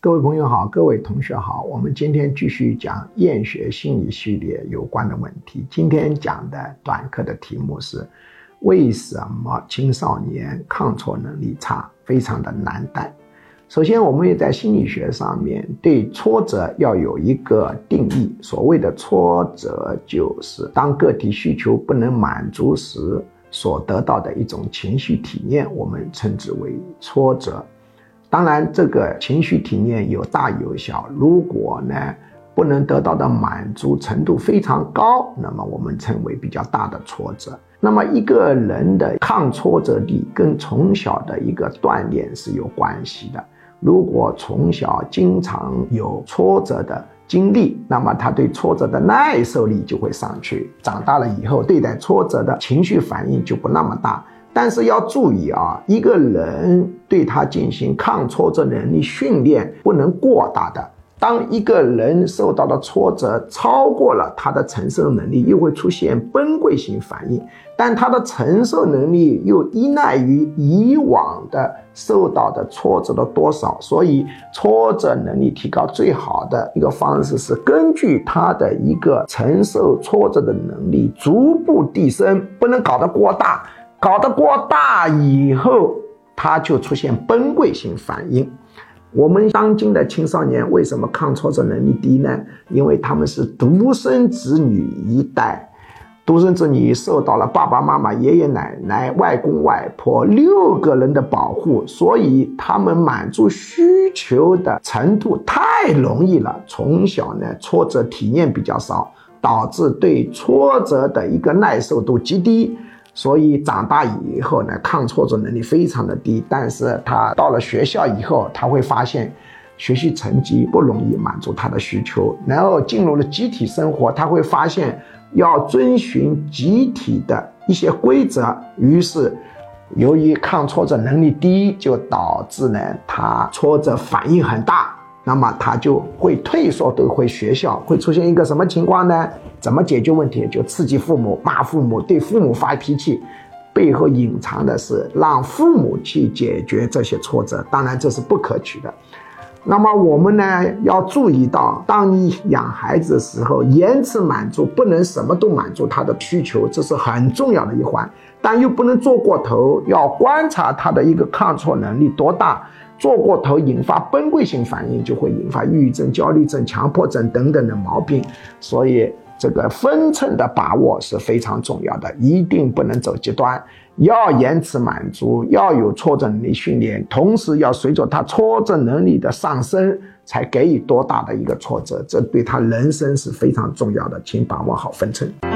各位朋友好，各位同学好，我们今天继续讲厌学心理系列有关的问题。今天讲的短课的题目是为什么青少年抗挫能力差，非常的难带。首先我们也在心理学上面对挫折要有一个定义，所谓的挫折就是当个体需求不能满足时所得到的一种情绪体验，我们称之为挫折。当然这个情绪体验有大有小，如果呢不能得到的满足程度非常高，那么我们称为比较大的挫折。那么一个人的抗挫折力跟从小的一个锻炼是有关系的。如果从小经常有挫折的经历，那么他对挫折的耐受力就会上去，长大了以后对待挫折的情绪反应就不那么大。但是要注意啊，一个人对他进行抗挫折能力训练不能过大的。当一个人受到的挫折超过了他的承受能力，又会出现崩溃性反应，但他的承受能力又依赖于以往的受到的挫折的多少，所以挫折能力提高最好的一个方式是根据他的一个承受挫折的能力逐步递升，不能搞得过大，搞得过大以后他就出现崩溃性反应。我们当今的青少年为什么抗挫折能力低呢？因为他们是独生子女一代，独生子女受到了爸爸妈妈、爷爷奶奶、外公外婆6个人的保护，所以他们满足需求的程度太容易了，从小呢挫折体验比较少，导致对挫折的一个耐受度极低，所以长大以后呢抗挫折能力非常的低。但是他到了学校以后，他会发现学习成绩不容易满足他的需求，然后进入了集体生活，他会发现要遵循集体的一些规则，于是由于抗挫折能力低，就导致呢他挫折反应很大，那么他就会退缩，都回学校，会出现一个什么情况呢？怎么解决问题？就刺激父母，骂父母，对父母发脾气，背后隐藏的是让父母去解决这些挫折，当然这是不可取的。那么我们呢要注意到，当你养孩子的时候，延迟满足，不能什么都满足他的需求，这是很重要的一环，但又不能做过头，要观察他的一个抗挫能力多大，做过头引发崩溃性反应，就会引发抑郁症、焦虑症、强迫症等等的毛病。所以这个分寸的把握是非常重要的，一定不能走极端，要延迟满足，要有挫折能力训练，同时要随着他挫折能力的上升才给予多大的一个挫折，这对他人生是非常重要的，请把握好分寸。